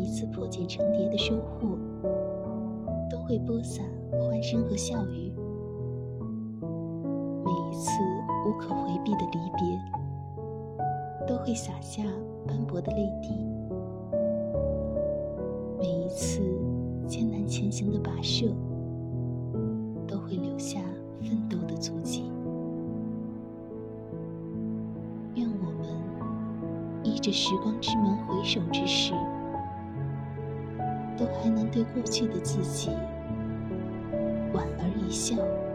次破茧成蝶的收获，都会播撒欢声和笑语。每一次无可回避的离别，都会洒下斑驳的泪滴。每一次艰难前行的跋涉，都会留下奋斗的足迹。愿我们依着时光之门回首之时，都还能对过去的自己莞尔一笑。